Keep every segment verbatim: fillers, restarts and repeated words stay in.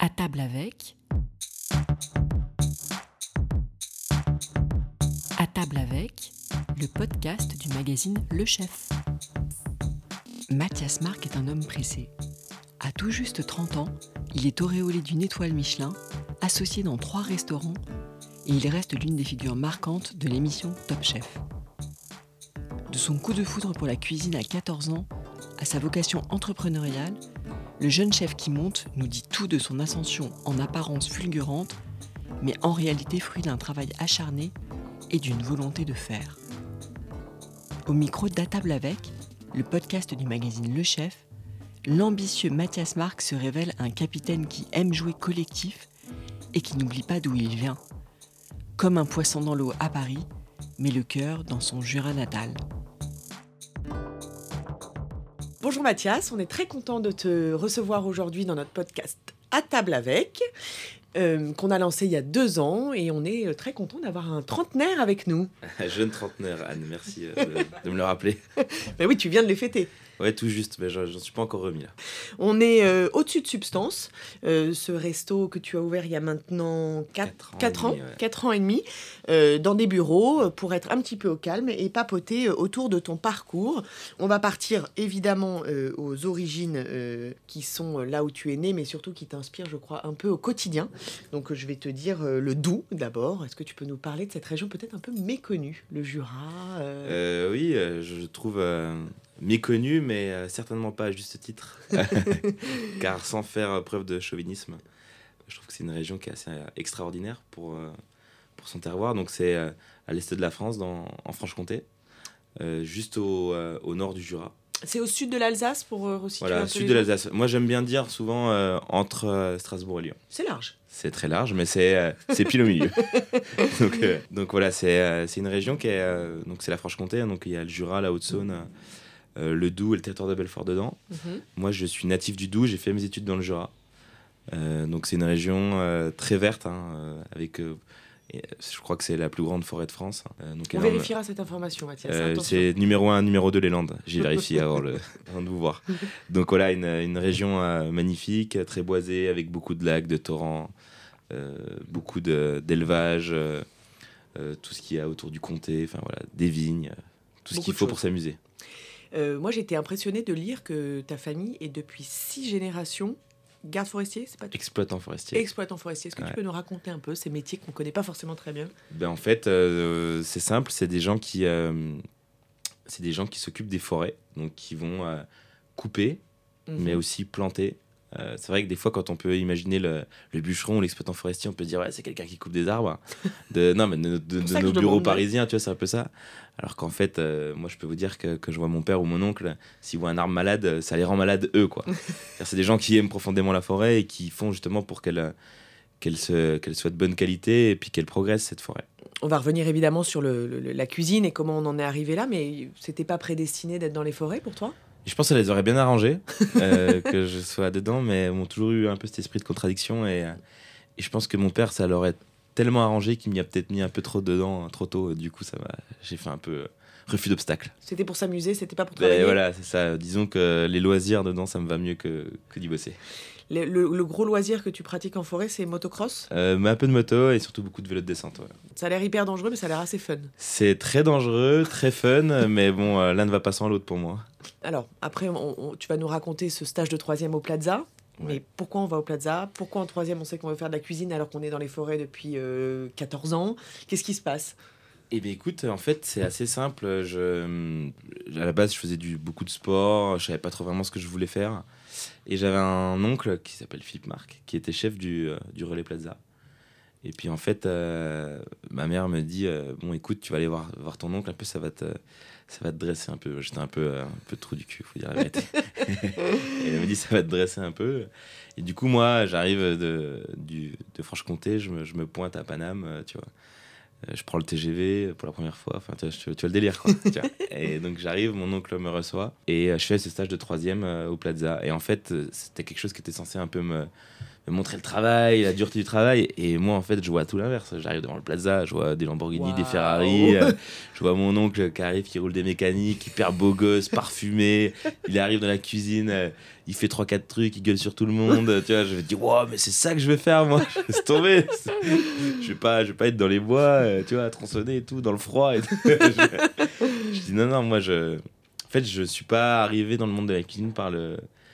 À table avec. À table avec, le podcast du magazine Le Chef. Mathias Marc est un homme pressé. À tout juste trente ans, il est auréolé d'une étoile Michelin, associé dans trois restaurants, et il reste l'une des figures marquantes de l'émission Top Chef. De son coup de foudre pour la cuisine à quatorze ans, à sa vocation entrepreneuriale, le jeune chef qui monte nous dit tout de son ascension en apparence fulgurante, mais en réalité fruit d'un travail acharné et d'une volonté de faire. Au micro d'À table avec, le podcast du magazine Le Chef, l'ambitieux Mathias Marc se révèle un capitaine qui aime jouer collectif et qui n'oublie pas d'où il vient. Comme un poisson dans l'eau à Paris, mais le cœur dans son Jura natal. Bonjour Mathias, on est très content de te recevoir aujourd'hui dans notre podcast À table avec, euh, qu'on a lancé il y a deux ans et on est très content d'avoir un trentenaire avec nous. Jeune trentenaire, Anne, merci euh, de, de me le rappeler. Ben oui, tu viens de les fêter. Ouais, tout juste, mais j'en, j'en suis pas encore remis là. On est euh, au-dessus de Substance, euh, ce resto que tu as ouvert il y a maintenant quatre ans, quatre ans et demi, euh, dans des bureaux pour être un petit peu au calme et papoter autour de ton parcours. On va partir évidemment euh, aux origines euh, qui sont là où tu es né, mais surtout qui t'inspirent, je crois, un peu au quotidien. Donc je vais te dire euh, le Doubs d'abord. Est-ce que tu peux nous parler de cette région peut-être un peu méconnue, le Jura euh... Euh, Oui, euh, je trouve... Euh... méconnu, mais euh, certainement pas à juste titre, car sans faire preuve de chauvinisme, je trouve que c'est une région qui est assez euh, extraordinaire pour, euh, pour son terroir. Donc c'est euh, à l'est de la France, dans, en Franche-Comté, euh, juste au, euh, au nord du Jura. C'est au sud de l'Alsace pour euh, resituer voilà, un peu sud les de gens. l'Alsace. Moi j'aime bien dire souvent euh, entre euh, Strasbourg et Lyon. C'est large. C'est très large, mais c'est, euh, c'est pile au milieu. donc, euh, donc voilà, c'est, euh, c'est une région qui est... Euh, donc c'est la Franche-Comté, hein, donc il y a le Jura, la Haute-Saône... Euh, Euh, le Doubs et le territoire de Belfort dedans. Mmh. Moi, je suis natif du Doubs, j'ai fait mes études dans le Jura. Euh, donc, c'est une région euh, très verte, hein, euh, avec, euh, et, je crois que c'est la plus grande forêt de France. Euh, donc, on vérifiera cette information, Mathias. Euh, c'est numéro un, numéro deux, les Landes. J'ai vérifié avant, le, avant de vous voir. Donc, voilà, une, une région euh, magnifique, très boisée, avec beaucoup de lacs, de torrents, euh, beaucoup de, d'élevage, euh, euh, tout ce qu'il y a autour du comté, enfin voilà, des vignes, tout ce beaucoup qu'il faut pour s'amuser. Euh, moi, j'ai été impressionnée de lire que ta famille est depuis six générations garde forestier, c'est pas tout. Exploitant forestier. Exploitant forestier. Est-ce que ouais. tu peux nous raconter un peu ces métiers qu'on connaît pas forcément très bien ? Ben en fait, euh, c'est simple, c'est des gens qui, euh, c'est des gens qui s'occupent des forêts, donc qui vont euh, couper, mm-hmm. mais aussi planter. Euh, c'est vrai que des fois, quand on peut imaginer le, le bûcheron ou l'exploitant forestier, on peut se dire ouais, c'est quelqu'un qui coupe des arbres. De, non, mais de, de, de, de nos bureaux parisiens, tu vois, c'est un peu ça. Alors qu'en fait, euh, moi, je peux vous dire que, que je vois mon père ou mon oncle, s'ils voient un arbre malade, ça les rend malades eux, quoi. C'est des gens qui aiment profondément la forêt et qui font justement pour qu'elle, qu'elle, se, qu'elle soit de bonne qualité et puis qu'elle progresse, cette forêt. On va revenir évidemment sur le, le, la cuisine et comment on en est arrivé là, mais c'était pas prédestiné d'être dans les forêts pour toi ? Je pense que ça les aurait bien arrangés euh, que je sois dedans, mais ils ont toujours eu un peu cet esprit de contradiction. Et, et je pense que mon père, ça l'aurait tellement arrangé qu'il m'y a peut-être mis un peu trop dedans, trop tôt. Du coup, ça m'a... j'ai fait un peu refus d'obstacle. C'était pour s'amuser, c'était pas pour travailler. Ben, voilà, c'est ça. Disons que les loisirs dedans, ça me va mieux que, que d'y bosser. Le, le, le gros loisir que tu pratiques en forêt, c'est motocross ? euh, Un peu de moto et surtout beaucoup de vélo de descente. Ouais. Ça a l'air hyper dangereux, mais ça a l'air assez fun. C'est très dangereux, très fun, mais bon, euh, l'un ne va pas sans l'autre pour moi. Alors, après, on, on, tu vas nous raconter ce stage de troisième au Plaza. Ouais. Mais pourquoi on va au Plaza ? Pourquoi en troisième, on sait qu'on veut faire de la cuisine alors qu'on est dans les forêts depuis euh, quatorze ans ? Qu'est-ce qui se passe ? Eh bien, écoute, en fait, c'est assez simple. Je, à la base, je faisais du, beaucoup de sport. Je savais pas trop vraiment ce que je voulais faire. Et j'avais un oncle qui s'appelle Philippe Marc, qui était chef du, euh, du Relais Plaza. Et puis, en fait, euh, ma mère me dit euh, bon, écoute, tu vas aller voir, voir ton oncle, un peu, ça va te, ça va te dresser un peu. J'étais un peu, euh, un peu trou du cul, faut dire la vérité. Et elle me dit ça va te dresser un peu. Et du coup, moi, j'arrive de, du, de Franche-Comté, je me, je me pointe à Paname, euh, tu vois. Je prends le T G V pour la première fois, enfin tu vois, tu vois le délire quoi. Tu vois. Et donc j'arrive, mon oncle me reçoit et je fais ce stage de troisième euh, au Plaza. Et en fait, c'était quelque chose qui était censé un peu me, me montrer le travail, la dureté du travail. Et moi, en fait, je vois tout l'inverse. J'arrive devant le plaza, je vois des Lamborghini, wow. des Ferrari. euh, je vois mon oncle qui arrive, qui roule des mécaniques, hyper beau gosse, parfumé. Il arrive dans la cuisine, euh, il fait trois quatre trucs, il gueule sur tout le monde. Tu vois, je me dis, wow, mais c'est ça que je veux faire, moi. Je vais tomber. Je vais pas, je vais pas être dans les bois, euh, tu vois, tronçonner et tout, dans le froid. Et tout. je, je dis, non, non, moi, je... En fait, je suis pas arrivé dans le monde de la cuisine par, le,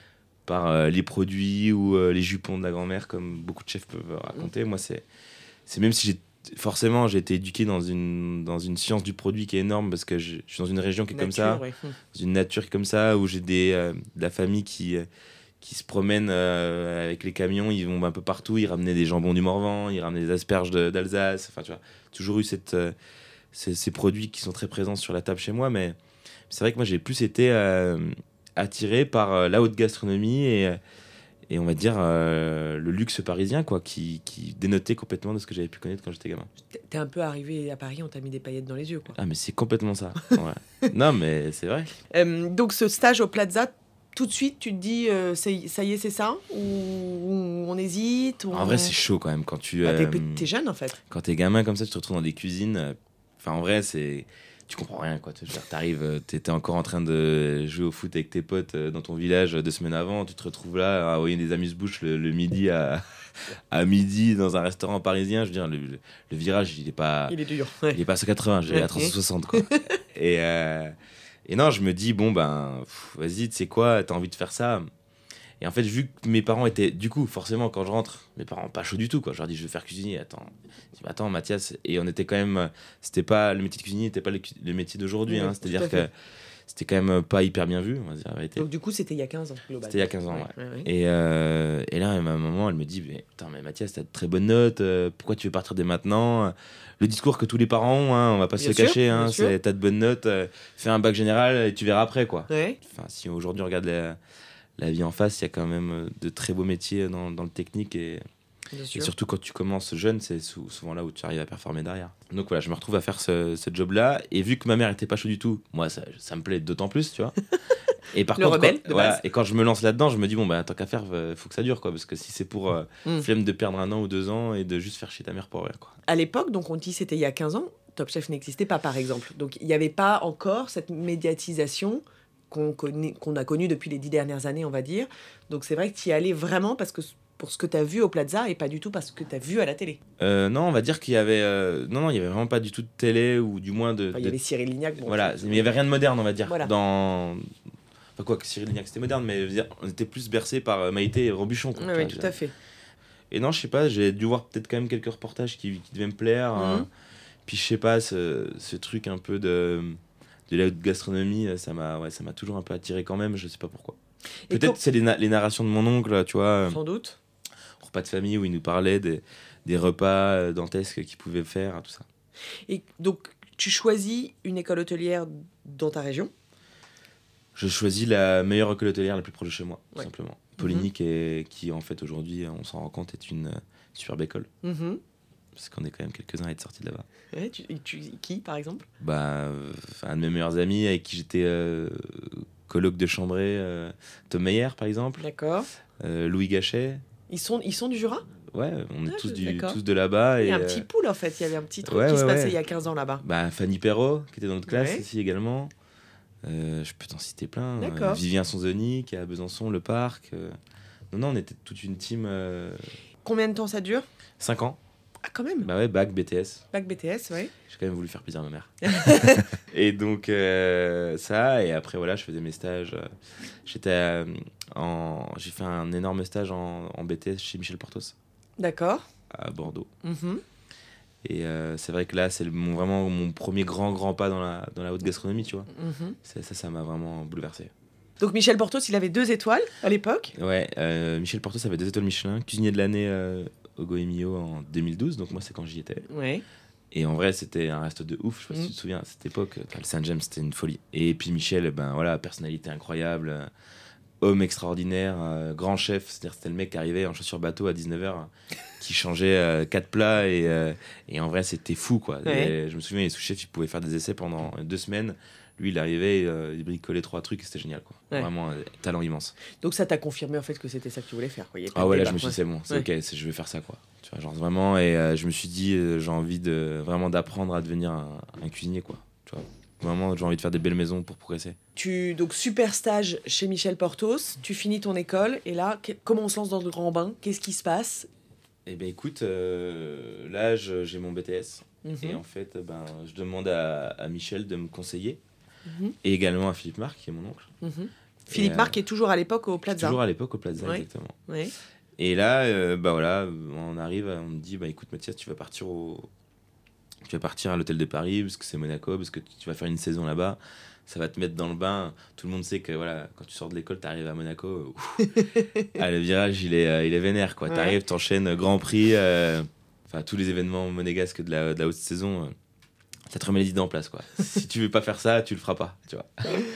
par euh, les produits ou euh, les jupons de la grand-mère, comme beaucoup de chefs peuvent raconter. Mmh. Moi, c'est, c'est même si j'ai forcément j'ai été éduqué dans une, dans une science du produit qui est énorme, parce que je, je suis dans une région qui est nature, comme ça, ouais. dans une nature qui est comme ça, où j'ai des, euh, de la famille qui, euh, qui se promène euh, avec les camions, ils vont un peu partout, ils ramenaient des jambons du Morvan, ils ramenaient des asperges de, d'Alsace. Enfin, tu vois, toujours eu cette, euh, ces, ces produits qui sont très présents sur la table chez moi, mais c'est vrai que moi j'ai plus été euh, attiré par euh, la haute gastronomie et, et on va dire euh, le luxe parisien, quoi, qui, qui dénotait complètement de ce que j'avais pu connaître quand j'étais gamin. T'es un peu arrivé à Paris, on t'a mis des paillettes dans les yeux, quoi. Ah, mais c'est complètement ça. Ouais. Non, mais c'est vrai. Euh, donc ce stage au Plaza, tout de suite tu te dis euh, c'est, ça y est, c'est ça, ou, ou on hésite, ou... En vrai, c'est chaud quand même quand tu. Bah, t'es, euh, t'es jeune en fait. Quand t'es gamin comme ça, tu te retrouves dans des cuisines. Enfin, en vrai, c'est. Tu comprends rien, quoi. Tu arrives, t'étais encore en train de jouer au foot avec tes potes dans ton village deux semaines avant, tu te retrouves là à envoyer des amuse-bouches le, le midi à, à midi dans un restaurant parisien. Je veux dire, le, le, le virage, il est pas. Il est dur. Ouais. Il est pas à cent quatre-vingts, j'ai à trois cent soixante, quoi. et, euh, et non, je me dis, bon, ben, pff, vas-y, tu sais quoi, t'as envie de faire ça. Et en fait, vu que mes parents étaient, du coup, forcément, quand je rentre, mes parents pas chauds du tout, quoi. Je leur dis, je vais faire cuisinier. Attends, je dis, attends, Mathias. Et on était quand même, c'était pas, le métier de cuisinier n'était pas le, le métier d'aujourd'hui. Oui, hein. C'est-à-dire que c'était quand même pas hyper bien vu, on va dire la vérité. Donc, du coup, c'était il y a quinze ans, globalement. C'était il y a quinze ans, ouais. ouais. ouais, ouais. Et, euh, et là, ma maman, elle me dit, mais, putain, mais Mathias, t'as de très bonnes notes. Euh, pourquoi tu veux partir dès maintenant? Le discours que tous les parents ont, hein, on va pas bien se sûr, le cacher, hein, c'est t'as de bonnes notes, euh, fais un bac général et tu verras après, quoi. Ouais. Enfin, si aujourd'hui on regarde la, la vie en face, il y a quand même de très beaux métiers dans, dans le technique et, et surtout quand tu commences jeune, c'est sou- souvent là où tu arrives à performer derrière. Donc voilà, je me retrouve à faire ce, ce job-là et vu que ma mère était pas chaude du tout, moi ça, ça me plaît d'autant plus, tu vois. Et par le contre, rebelle, quand, voilà, et quand je me lance là-dedans, je me dis bon bah tant qu'à faire, faut que ça dure, quoi, parce que si c'est pour euh, mm. flemme de perdre un an ou deux ans et de juste faire chier ta mère pour rien, quoi. À l'époque, donc on dit c'était il y a quinze ans, Top Chef n'existait pas, par exemple. Donc il n'y avait pas encore cette médiatisation qu'on, connaît, qu'on a connue depuis les dix dernières années, on va dire. Donc c'est vrai que tu y allais vraiment parce que pour ce que tu as vu au Plaza et pas du tout parce que tu as vu à la télé. Euh, non, on va dire qu'il y avait euh, non non, il y avait vraiment pas du tout de télé ou du moins de. Enfin, il de... y avait Cyril Lignac. Bon, voilà, mais il y avait rien de moderne, on va dire. Voilà. Dans Enfin, quoi que Cyril Lignac c'était moderne, mais je veux dire, on était plus bercés par Maïté et Robuchon, quoi. Oui, oui, tout à fait. Et non, je sais pas, j'ai dû voir peut-être quand même quelques reportages qui, qui devaient me plaire. Mm-hmm. Hein. Puis je sais pas, ce, ce truc un peu de, de la haute gastronomie, ça m'a, ouais, ça m'a toujours un peu attiré quand même, je sais pas pourquoi. Et peut-être quand... c'est les, na- les narrations de mon oncle, tu vois. Sans doute. Repas de famille où il nous parlait des, des repas dantesques qu'il pouvait faire, tout ça. Et donc, tu choisis une école hôtelière dans ta région ? Je choisis la meilleure école hôtelière la plus proche de chez moi, tout ouais. simplement. Poligny, mm-hmm. est, qui en fait aujourd'hui, on s'en rend compte, est une euh, superbe école. Mm-hmm. Parce qu'on est quand même quelques-uns à être sortis de là-bas. Ouais, tu, tu, qui, par exemple ? Bah, euh, un de mes meilleurs amis avec qui j'étais euh, coloc de Chambray, euh, Tom Meyer, par exemple. D'accord. Euh, Louis Gachet. Ils sont, ils sont du Jura ? Ouais, on est ah, tous, du, tous de là-bas. Il y a et, un petit pool, en fait. Il y avait un petit truc ouais, qui ouais, se passait ouais. il y a quinze ans là-bas. Bah, Fanny Perrault, qui était dans notre classe ouais. ici également. Euh, je peux t'en citer plein. D'accord. Euh, Vivien Sonzoni, qui est à Besançon, le parc. Euh... Non, non, on était toute une team. Euh... Combien de temps ça dure ? Cinq ans. Ah, quand même. Bah ouais, bac, B T S. Bac B T S, ouais. J'ai quand même voulu faire plaisir à ma mère. Et donc, euh, ça, et après, voilà, je faisais mes stages. J'étais euh, en... J'ai fait un énorme stage en, en B T S chez Michel Portos. D'accord. À Bordeaux. Mm-hmm. Et euh, c'est vrai que là, c'est le, mon, vraiment mon premier grand, grand pas dans la, dans la haute gastronomie, tu vois. Mm-hmm. C'est, ça, ça m'a vraiment bouleversé. Donc, Michel Portos, il avait deux étoiles à l'époque ? Ouais, euh, Michel Portos avait deux étoiles Michelin, cuisinier de l'année euh, au Goemio en deux mille douze, donc moi, c'est quand j'y étais. Ouais. Et en vrai, c'était un resto de ouf, je sais pas mm. si tu te souviens, à cette époque, le Saint-James, c'était une folie. Et puis Michel, ben voilà, personnalité incroyable, homme extraordinaire, euh, grand chef, c'est-à-dire c'était le mec qui arrivait en chaussures bateau à dix-neuf heures, qui changeait euh, quatre plats, et, euh, et en vrai, c'était fou, quoi. Ouais. Et je me souviens, les sous-chefs, ils pouvaient faire des essais pendant deux semaines. Lui, il arrivait, euh, il bricolait trois trucs et c'était génial, quoi. Ouais. Vraiment, un talent immense. Donc ça t'a confirmé en fait que c'était ça que tu voulais faire, quoi. Ah ouais, là, je me suis dit, c'est bon, c'est ouais. ok, c'est, je vais faire ça, quoi. Tu vois, genre vraiment, et euh, je me suis dit, euh, j'ai envie de vraiment d'apprendre à devenir un, un cuisinier, quoi. Tu vois. Vraiment, j'ai envie de faire des belles maisons pour progresser. Tu, donc, super stage chez Michel Porthos, tu finis ton école, et là, que, comment on se lance dans le grand bain ? Qu'est-ce qui se passe ? Eh bien, écoute, euh, là, je, j'ai mon B T S, mm-hmm. et en fait, ben, je demande à, à Michel de me conseiller, mm-hmm. et également à Philippe Marc, qui est mon oncle. Mm-hmm. Philippe euh, Marc est toujours à l'époque au Plaza. Toujours à l'époque au Plaza, ouais. exactement. Ouais. Et là, euh, bah voilà, on arrive, on me dit, bah écoute Mathias, tu vas partir au... Tu vas partir à l'hôtel de Paris parce que c'est Monaco, parce que tu vas faire une saison là-bas, ça va te mettre dans le bain. Tout le monde sait que voilà, quand tu sors de l'école, tu arrives à Monaco. Ah, le virage, il est, il est vénère, quoi. Ouais. Tu arrives, tu enchaînes Grand Prix, euh, enfin tous les événements monégasques de la, de la haute saison, euh, ça te remet les idées en place, quoi. Si tu veux pas faire ça, tu le feras pas, tu vois.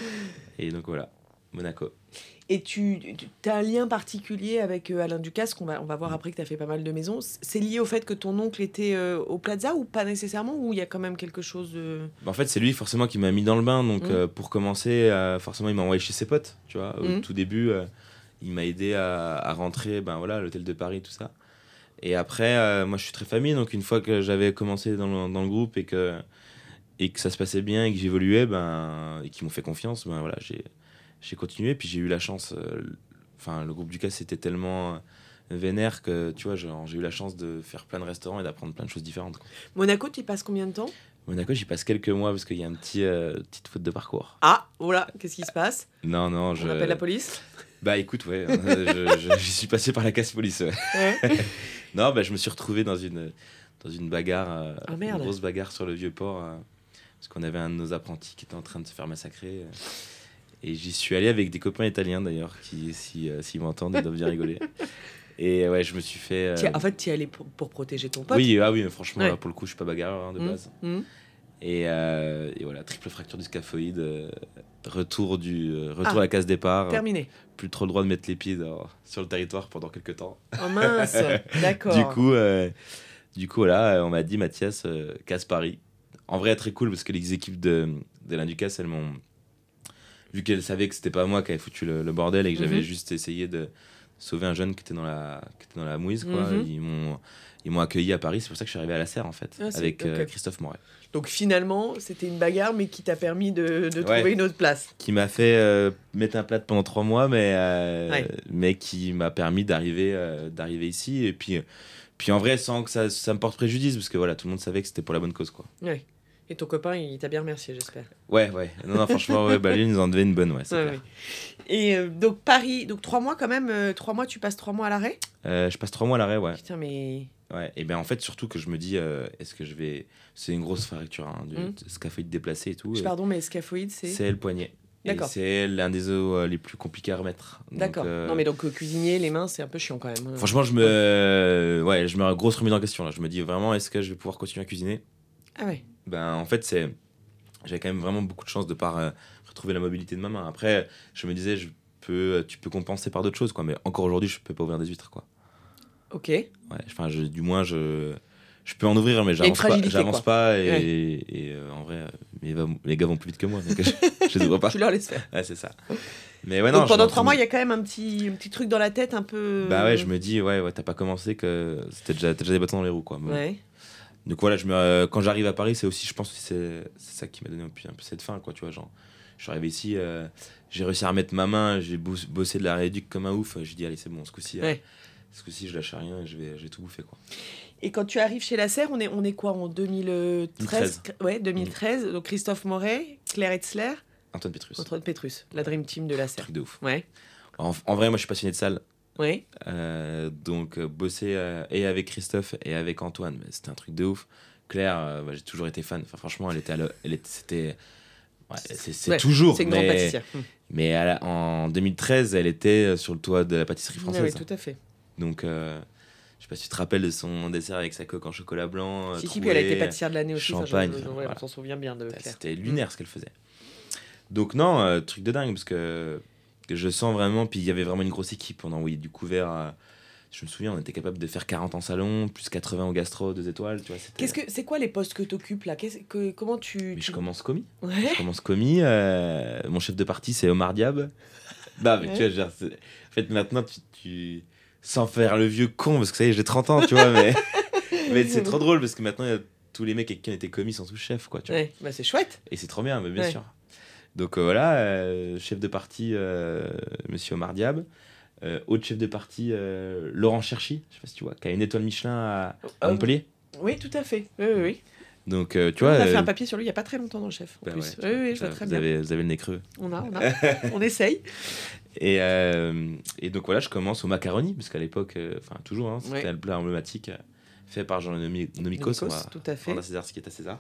Et donc voilà, Monaco. Et tu, tu as un lien particulier avec euh, Alain Ducasse, qu'on va, on va voir après que tu as fait pas mal de maisons. C'est lié au fait que ton oncle était euh, au Plaza ou pas nécessairement, ou il y a quand même quelque chose de... En fait, c'est lui forcément qui m'a mis dans le bain. Donc, mmh. euh, pour commencer, euh, forcément, il m'a envoyé chez ses potes. Tu vois, au mmh. tout début, euh, il m'a aidé à, à rentrer ben, voilà, à l'hôtel de Paris, tout ça. Et après, euh, moi, je suis très famille. Donc, une fois que j'avais commencé dans le, dans le groupe et que, et que ça se passait bien et que j'évoluais, ben, et qu'ils m'ont fait confiance, ben, voilà, j'ai... j'ai continué, puis j'ai eu la chance, enfin euh, le groupe Ducasse c'était tellement vénère que tu vois, genre, j'ai eu la chance de faire plein de restaurants et d'apprendre plein de choses différentes, quoi. Monaco, tu y passes combien de temps ? Monaco, j'y passe quelques mois parce qu'il y a une petit, euh, petite faute de parcours. Ah, voilà, qu'est-ce qui se passe ? Non, non, je... On appelle la police ? Bah écoute, ouais, je, je, j'y suis passé par la casse-police, ouais. ouais. Non, bah je me suis retrouvé dans une, dans une bagarre, euh, oh, une grosse bagarre sur le Vieux-Port, euh, parce qu'on avait un de nos apprentis qui était en train de se faire massacrer. Euh, Et j'y suis allé avec des copains italiens d'ailleurs, qui, si, euh, s'ils m'entendent, ils doivent bien rigoler. Et ouais, je me suis fait. Euh... En fait, tu y es allé pour, pour protéger ton pote. Oui, ah oui, franchement, ouais. là, pour le coup, je suis pas bagarreur hein, de mmh. base. Mmh. Et, euh, et voilà, triple fracture du scaphoïde, euh, retour, du, euh, retour ah, à la case départ. Terminé. Euh, plus trop le droit de mettre les pieds dans, sur le territoire pendant quelques temps. Oh mince, d'accord. Du coup, euh, du coup, voilà, on m'a dit, Mathias, euh, casse Paris. En vrai, très cool parce que les équipes de, de l'Alain Ducasse, elles m'ont. Vu qu'elle savait que c'était pas moi qui avait foutu le, le bordel et que j'avais mm-hmm. juste essayé de sauver un jeune qui était dans la, qui était dans la mouise, quoi. Mm-hmm. Ils m'ont, ils m'ont accueilli à Paris. C'est pour ça que je suis arrivé à la Serre, en fait, ah, avec okay. euh, Christophe Moret. Donc finalement, c'était une bagarre, mais qui t'a permis de, de trouver ouais. une autre place. Qui m'a fait euh, mettre un plat pendant trois mois, mais, euh, ouais. mais qui m'a permis d'arriver, euh, d'arriver ici. Et puis, puis en vrai, sans que ça, ça me porte préjudice, parce que voilà, tout le monde savait que c'était pour la bonne cause, quoi. Ouais. Et ton copain, il t'a bien remercié, j'espère. Ouais, ouais. Non, non franchement, ouais, bah, lui, il nous en devait une bonne, ouais, c'est ouais, clair. Oui. Et euh, donc, Paris, donc trois mois quand même, euh, trois mois, tu passes trois mois à l'arrêt ? euh, Je passe trois mois à l'arrêt, ouais. Putain, mais... Ouais, et bien en fait, surtout que je me dis, euh, est-ce que je vais... C'est une grosse fracture, hein, du mmh. scaphoïde déplacé et tout. Je et... Pardon, mais scaphoïde, c'est... C'est le poignet. D'accord. Et c'est l'un des os les plus compliqués à remettre. Donc, D'accord. Euh... Non, mais donc euh, cuisinier, les mains, c'est un peu chiant quand même. Franchement, je me... Ouais, je me grosse remise en question, là. Je me dis vraiment, est-ce que je vais pouvoir continuer à cuisiner ? Ah ouais. Ben en fait, c'est... J'avais quand même vraiment beaucoup de chance de par euh, retrouver la mobilité de ma main. Après, je me disais, je peux, tu peux compenser par d'autres choses, quoi. Mais encore aujourd'hui, je peux pas ouvrir des huîtres, quoi. Ok. Ouais, enfin, je, du moins, je, je peux en ouvrir, mais j'avance pas, j'avance pas. Et, ouais. et, et euh, en vrai, les, les gars vont plus vite que moi, donc je, je les ouvre pas. Tu leur laisses faire. Ouais, c'est ça. Mais ouais, donc non, pendant trois mois, il y a quand même un petit, un petit truc dans la tête, un peu. Bah ouais, je me dis, ouais, ouais, t'as pas commencé que c'était déjà, t'as déjà des bâtons dans les roues, quoi. Mais... Ouais. Donc voilà, je me, euh, quand j'arrive à Paris, c'est aussi, je pense, que c'est, c'est ça qui m'a donné un peu, un peu cette fin, quoi, tu vois, genre, je suis arrivé ici, euh, j'ai réussi à remettre ma main, j'ai bossé de la réduc comme un ouf, j'ai dit, allez, c'est bon, ce coup-ci, ouais. euh, ce coup-ci, je lâche rien, je vais, je vais tout bouffer, quoi. Et quand tu arrives chez la Serre, on est, on est quoi, en deux mille treize ? Ouais, deux mille treize, mmh. Donc Christophe Moret, Claire Etzler, Antoine Pétrus. Antoine Pétrus, la Dream Team de la Serre. Truc de ouf. Ouais. En, en vrai, moi, je suis passionné de salle. Oui. Euh, donc, euh, bosser euh, et avec Christophe et avec Antoine, bah, c'était un truc de ouf. Claire, euh, bah, j'ai toujours été fan. Enfin, franchement, elle était, à le... elle était, c'était, ouais, c'est, c'est ouais, toujours. C'est une mais... grande pâtissière. Mais la... en deux mille treize, elle était sur le toit de la pâtisserie française. Oui, tout à fait. Donc, euh, je sais pas si tu te rappelles de son dessert avec sa coque en chocolat blanc. Si, si, puis elle a été pâtissière de l'année aussi. Champagne. Ça, je, je, ouais, voilà. On s'en souvient bien de Claire. C'était lunaire mmh. ce qu'elle faisait. Donc, non, euh, truc de dingue, parce que je sens vraiment. Puis il y avait vraiment une grosse équipe. On a envoyé du couvert à. je me souviens, on était capable de faire quarante en salon, plus quatre-vingts au gastro, deux étoiles, tu vois. C'était... Qu'est-ce que, c'est quoi les postes que tu occupes là? Qu'est-ce que, comment tu... Mais tu... je commence commis. Ouais. Je commence commis. Euh, mon chef de partie, c'est Omar Diab. Bah, mais ouais. Tu vois, genre, en fait, maintenant, tu, tu... sans faire le vieux con, parce que ça y est, j'ai trente ans, tu vois, mais, mais c'est trop drôle, parce que maintenant, y a tous les mecs avec qui on était commis sont sous-chef, quoi, tu vois. Ouais, bah c'est chouette. Et c'est trop bien, mais bien ouais. sûr. Donc euh, voilà, euh, chef de partie, euh, monsieur Omar Diab. Euh, autre chef de partie, euh, Laurent Cherchy, je sais pas si tu vois, qui a une étoile Michelin à, à Montpellier. Euh, oui, tout à fait. Oui, oui, oui. Donc, euh, tu on vois, a fait euh... un papier sur lui il n'y a pas très longtemps dans le chef. En bah plus. Ouais, oui, oui, je vois vous très vous bien. Avez, vous avez le nez creux. On a, on a. On essaye. Et, euh, et donc voilà, je commence au macaroni, parce qu'à l'époque, enfin euh, toujours, hein, c'était ouais. le plat emblématique euh, fait par Jean Nomicos. Nomicos, on va tout à fait. Prendre à César ce qui est à César.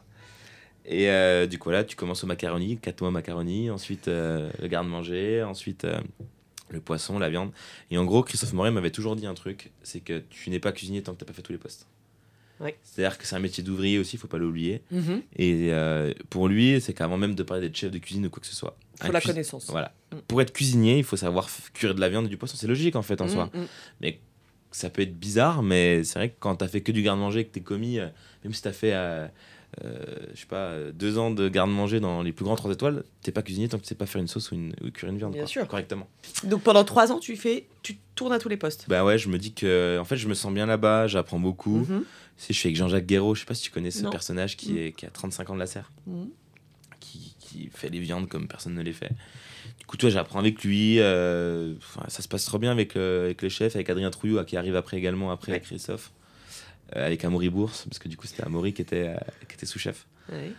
Et euh, du coup, là, tu commences au macaroni, quatre mois macaroni, ensuite euh, le garde-manger, ensuite euh, le poisson, la viande. Et en gros, Christophe Moret m'avait toujours dit un truc, c'est que tu n'es pas cuisinier tant que tu n'as pas fait tous les postes. Ouais. C'est-à-dire que c'est un métier d'ouvrier aussi, il ne faut pas l'oublier. Mm-hmm. Et euh, pour lui, c'est qu'avant même de parler d'être chef de cuisine ou quoi que ce soit. Il faut la cuis... connaissance. Voilà. Mm. Pour être cuisinier, il faut savoir cuire de la viande et du poisson. C'est logique en fait en mm, soi. Mm. Mais ça peut être bizarre, mais c'est vrai que quand tu as fait que du garde-manger, que tu es commis, euh, même si tu as fait... Euh, Euh, je sais pas, deux ans de garde-manger dans les plus grands trois étoiles, t'es pas cuisinier tant que tu sais pas faire une sauce ou, une, ou cuire une viande. Bien quoi, sûr. Correctement. Donc pendant trois ans, tu fais, tu tournes à tous les postes. Bah ouais, je me dis que, en fait, je me sens bien là-bas, j'apprends beaucoup. Mm-hmm. Si je suis avec Jean-Jacques Guéraud, je sais pas si tu connais ce non. personnage qui, mm. est, qui a trente-cinq ans de la serre, mm. qui, qui fait les viandes comme personne ne les fait. Du coup, toi, j'apprends avec lui. Euh, ça se passe trop bien avec, euh, avec les chefs, avec Adrien Trouillou, qui arrive après également, après ouais. avec Christophe. Euh, avec Amaury Bourse, parce que du coup, c'était Amaury qui était, euh, qui était sous-chef. Ouais.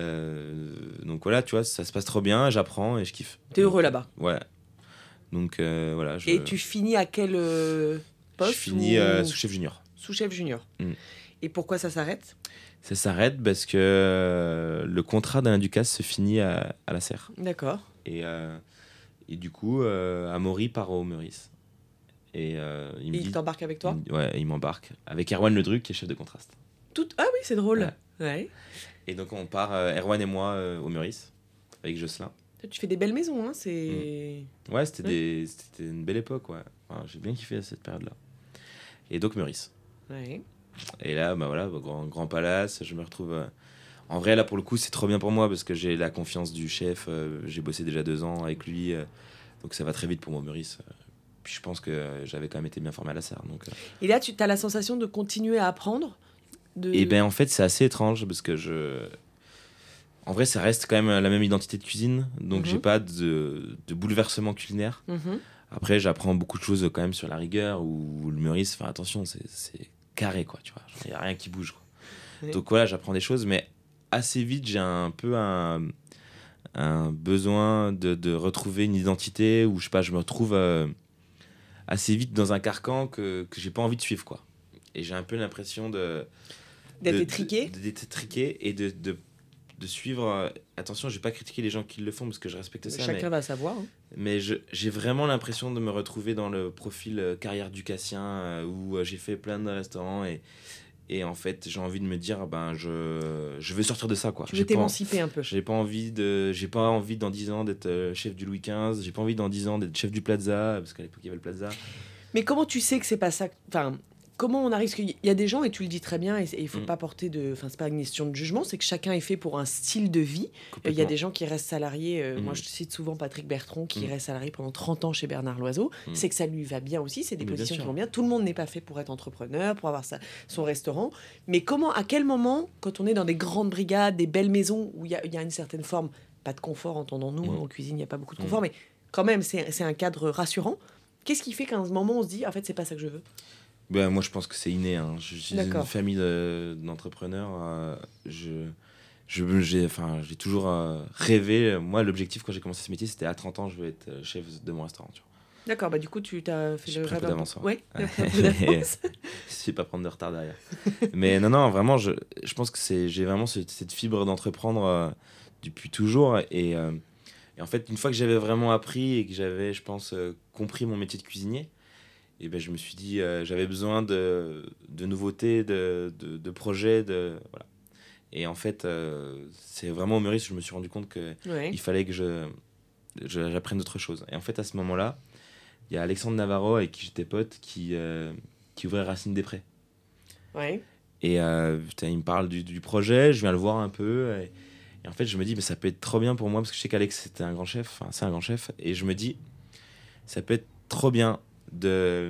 Euh, donc voilà, tu vois, ça se passe trop bien, j'apprends et je kiffe. T'es heureux là-bas. Ouais. Donc euh, voilà. Je... Et tu finis à quel euh, poste? Je finis ou... euh, sous-chef junior. Sous-chef junior. Mm. Et pourquoi ça s'arrête? Ça s'arrête parce que euh, le contrat d'Alain Ducasse se finit à, à la serre. D'accord. Et, euh, et du coup, euh, Amaury part au Meurice. Et, euh, il, et il dit... t'embarque avec toi? il, Ouais, il m'embarque. Avec Erwan Ledruc, qui est chef de contraste. Tout... Ah oui, c'est drôle. Ouais. Ouais. Et donc, on part, euh, Erwan et moi, euh, au Meurice, avec Jocelyn. Tu fais des belles maisons, hein, c'est... Mmh. Ouais, c'était, ouais. Des... c'était une belle époque, ouais. Enfin, j'ai bien kiffé cette période-là. Et donc, Meurice. Ouais. Et là, bah voilà, bah, grand, grand palace, je me retrouve... Euh... En vrai, là, pour le coup, c'est trop bien pour moi, parce que j'ai la confiance du chef, euh, j'ai bossé déjà deux ans avec lui, euh, donc ça va très vite pour moi, Meurice. Euh... Puis je pense que j'avais quand même été bien formé à la serre. Donc, euh... Et là, tu as la sensation de continuer à apprendre de... Et bien, en fait, c'est assez étrange parce que je. En vrai, ça reste quand même la même identité de cuisine. Donc, mm-hmm. j'ai pas de, de bouleversement culinaire. Mm-hmm. Après, j'apprends beaucoup de choses quand même sur la rigueur ou le Meurice. Enfin, attention, c'est, c'est carré, quoi. Tu vois, il n'y a rien qui bouge, quoi. Oui. Donc, voilà, j'apprends des choses. Mais assez vite, j'ai un peu un, un besoin de, de retrouver une identité où, je sais pas, je me retrouve. Euh, assez vite dans un carcan que, que j'ai pas envie de suivre, quoi. Et j'ai un peu l'impression de... D'être étriqué de, D'être étriqué et de, de, de suivre... Euh, attention, je vais pas critiquer les gens qui le font parce que je respecte ça. Chacun mais, va savoir. Hein. Mais je, j'ai vraiment l'impression de me retrouver dans le profil euh, carrière ducassien euh, où euh, j'ai fait plein de restaurants et, et en fait, j'ai envie de me dire, ben, je, je veux sortir de ça, quoi. Tu veux j'ai t'émanciper pas, un peu. J'ai pas envie, de, j'ai pas envie dans dix ans d'être euh, chef du Louis quinze, j'ai pas envie dans dix ans d'être chef du Plaza, parce qu'à l'époque, il y avait le Plaza. Mais comment tu sais que c'est pas ça? Enfin, comment on arrive? Parce qu'il y a des gens, et tu le dis très bien, et il faut mmh. pas porter de... Enfin, c'est pas une question de jugement, c'est que chacun est fait pour un style de vie. Il y a des gens qui restent salariés. Euh, mmh. Moi, je cite souvent Patrick Bertrand, qui mmh. reste salarié pendant trente ans chez Bernard Loiseau. Mmh. C'est que ça lui va bien aussi, c'est des mmh, positions qui vont bien. Tout le monde n'est pas fait pour être entrepreneur, pour avoir sa, son restaurant. Mais comment, à quel moment, quand on est dans des grandes brigades, des belles maisons, où il y a, y a une certaine forme, pas de confort, entendons-nous, mmh. hein, en cuisine, il n'y a pas beaucoup de confort, mmh. mais quand même, c'est, c'est un cadre rassurant. Qu'est-ce qui fait qu'à un moment, on se dit, en fait, c'est pas ça que je veux? Ben, moi, je pense que c'est inné. Hein. Je suis D'accord. une famille de, d'entrepreneurs. Euh, je, je, j'ai, enfin, j'ai toujours euh, rêvé. Moi, l'objectif, quand j'ai commencé ce métier, c'était à trente ans, je veux être chef de mon restaurant. Tu vois. D'accord, bah du coup, tu t'as fait j'ai le rêve. Un d'avance. Oui, Je sais pas prendre de retard derrière. Mais non, non, vraiment, je, je pense que c'est, j'ai vraiment ce, cette fibre d'entreprendre euh, depuis toujours. Et, euh, et en fait, une fois que j'avais vraiment appris et que j'avais, je pense, euh, compris mon métier de cuisinier, et ben, je me suis dit, euh, j'avais besoin de, de nouveautés, de, de, de projets. De, voilà. Et en fait, euh, c'est vraiment au Meurice que je me suis rendu compte qu'il ouais. fallait que je, je, j'apprenne autre chose. Et en fait, à ce moment-là, il y a Alexandre Navarro, avec qui j'étais pote, qui, euh, qui ouvrait Racine des Prés. Ouais. Et euh, putain, il me parle du, du projet, je viens le voir un peu. Et, et en fait, je me dis, mais ça peut être trop bien pour moi, parce que je sais qu'Alex, c'était un grand chef, enfin, c'est un grand chef. Et je me dis, ça peut être trop bien de,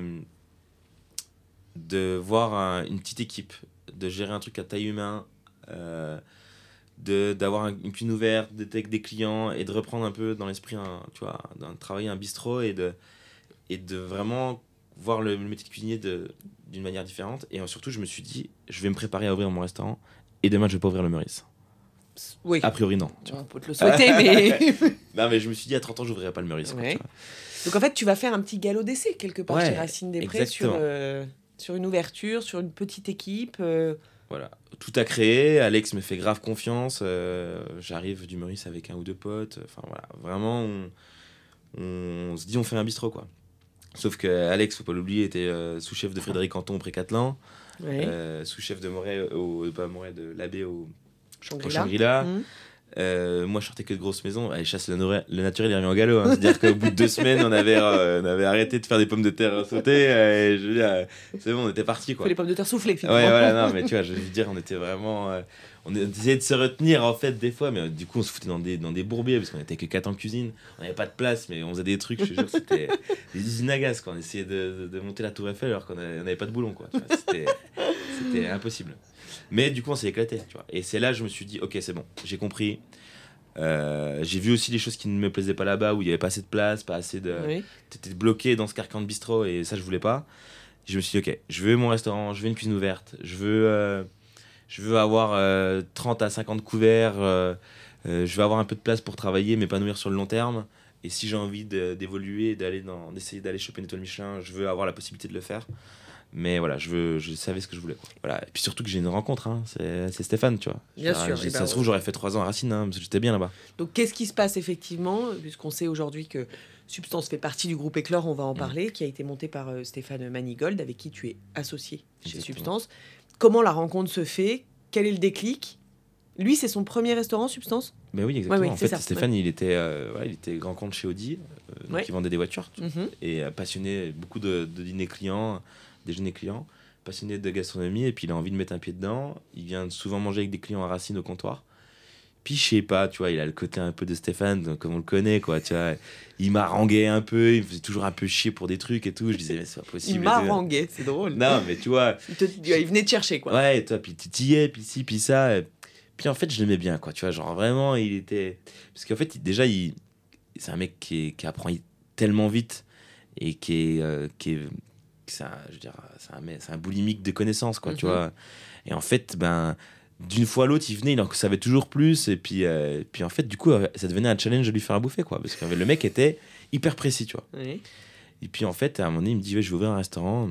de voir un, une petite équipe, de gérer un truc à taille humaine, euh, de, d'avoir un, une cuisine ouverte, avec des clients, et de reprendre un peu dans l'esprit, un, tu vois, d'un travailler un bistrot, et de, et de vraiment voir le, le métier de cuisinier de, d'une manière différente. Et surtout, je me suis dit, je vais me préparer à ouvrir mon restaurant, et demain, je vais pas ouvrir le Meurice. Oui. A priori, non. On peut te le souhaiter, mais... Non, mais je me suis dit, à trente ans, j'ouvrirai pas le Meurice. Ouais. Quoi, tu vois. Donc en fait, tu vas faire un petit galop d'essai quelque part Ouais, chez Racine des Prés sur, euh, sur une ouverture, sur une petite équipe. Euh... Voilà, tout a créé. Alex me fait grave confiance. Euh, j'arrive du Meurice avec un ou deux potes. Enfin voilà, vraiment, on, on, on se dit, on fait un bistrot quoi. Sauf que Alex, faut pas l'oublier, était euh, sous-chef de Frédéric Canton au Pré-Catelan, Ouais. euh, sous-chef de Moret, au, pas Moret, de l'Abbé au Shangri-La. Au Shangri-La. Mmh. Euh, moi, je sortais que de grosses maisons. Allez, chasse le, no- le naturel, il revient au galop. Hein. C'est-à-dire qu'au bout de deux semaines, on avait, euh, on avait arrêté de faire des pommes de terre sautées. Euh, et je veux dire, euh, c'est bon, on était parti quoi. Faut les pommes de terre soufflées, finalement. Ouais, voilà, non, mais tu vois, je veux dire, on était vraiment. Euh, on essayait de se retenir en fait, des fois, mais euh, du coup, on se foutait dans des, dans des bourbiers parce qu'on était que quatre en cuisine. On n'avait pas de place, mais on faisait des trucs, je te jure, c'était des usines à gaz quoi. On essayait de, de, de monter la Tour Eiffel alors qu'on n'avait pas de boulon quoi. Tu vois, c'était, c'était impossible. Mais du coup, on s'est éclaté, tu vois. Et c'est là que je me suis dit, ok, c'est bon, j'ai compris. Euh, j'ai vu aussi les choses qui ne me plaisaient pas là-bas, où il n'y avait pas assez de place, pas assez de. Oui. T'étais bloqué dans ce carcan de bistrot et ça, je voulais pas. Je me suis dit, ok, je veux mon restaurant, je veux une cuisine ouverte, je veux, euh, je veux avoir euh, trente à cinquante couverts, euh, euh, je veux avoir un peu de place pour travailler, mais pas nourrir sur le long terme. Et si j'ai envie de, d'évoluer, d'aller dans, d'essayer d'aller choper une étoile Michelin, je veux avoir la possibilité de le faire. Mais voilà, je, veux, je savais ce que je voulais. Quoi. Voilà. Et puis surtout que j'ai une rencontre, hein. c'est, c'est Stéphane, tu vois. Bien Genre, sûr. j'ai, Et ça ben, se trouve, j'aurais fait trois ans à Racine, hein, parce que j'étais bien là-bas. Donc qu'est-ce qui se passe effectivement, puisqu'on sait aujourd'hui que Substance fait partie du groupe Éclore, on va en parler, mmh. qui a été monté par euh, Stéphane Manigold, avec qui tu es associé chez Exactement. Substance. Comment la rencontre se fait? Quel est le déclic? Lui, c'est son premier restaurant, Substance? Ben oui, exactement. Ouais, oui, en fait, ça. Stéphane, ouais. il, était, euh, ouais, il était grand compte chez Audi, euh, ouais. qui vendait des voitures, mmh. et euh, passionné, beaucoup de, de dîners clients, déjeuners clients, passionné de gastronomie, et puis il a envie de mettre un pied dedans. Il vient souvent manger avec des clients à Racine au comptoir. Puis je sais pas, tu vois, il a le côté un peu de Stéphane, comme on le connaît, quoi, tu vois. Il m'haranguait un peu, il me faisait toujours un peu chier pour des trucs et tout. Je disais, mais c'est pas possible. Il m'haranguait, c'est drôle. Non, mais tu vois. Il, te, il venait te chercher, quoi. Ouais, et toi, puis tu y es, puis ci, puis ça. Et... Puis en fait, je l'aimais bien, quoi, tu vois, genre vraiment, il était. Parce qu'en fait, il, déjà, il... c'est un mec qui, est... qui apprend tellement vite et qui est. Euh, qui est... C'est un, je veux dire, c'est un, c'est un boulimique de connaissances, quoi, mm-hmm. tu vois. Et en fait, ben. D'une fois à l'autre, il venait, il en savait toujours plus. Et puis, euh, puis en fait, du coup, ça devenait un challenge de lui faire à bouffer, quoi. Parce que le mec était hyper précis, tu vois. Oui. Et puis en fait, à un moment donné, il me dit ouais, je vais ouvrir un restaurant.